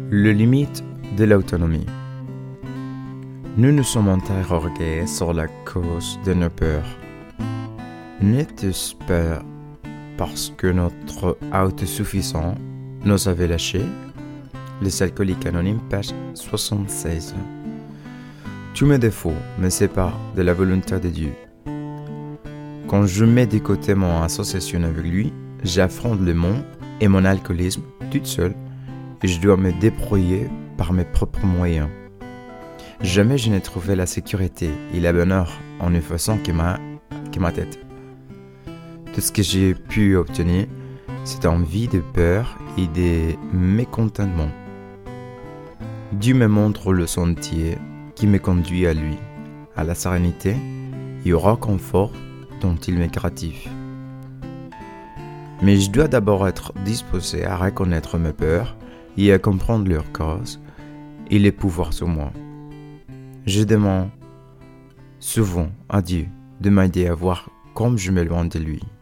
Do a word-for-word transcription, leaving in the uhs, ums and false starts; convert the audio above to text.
Le limite de l'autonomie. Nous nous sommes interrogés sur la cause de nos peurs. N'était-ce pas parce que notre autosuffisance nous avait lâchés? Les alcooliques anonymes, page soixante-seize. Tous mes défauts me séparent de la volonté de Dieu. Quand je mets de côté mon association avec lui, j'affronte le monde et mon alcoolisme toute seule et je dois me débrouiller par mes propres moyens. Jamais je n'ai trouvé la sécurité et le bonheur en ne faisant que ma, que ma tête. Tout ce que j'ai pu obtenir, c'est une vie de peur et de mécontentement. Dieu me montre le sentier qui me conduit à lui, à la sérénité et au réconfort dont il me gratifie. Mais je dois d'abord être disposé à reconnaître mes peurs et à comprendre leur cause et les pouvoirs sur moi. Je demande souvent à Dieu de m'aider à voir comme je m'éloigne de lui.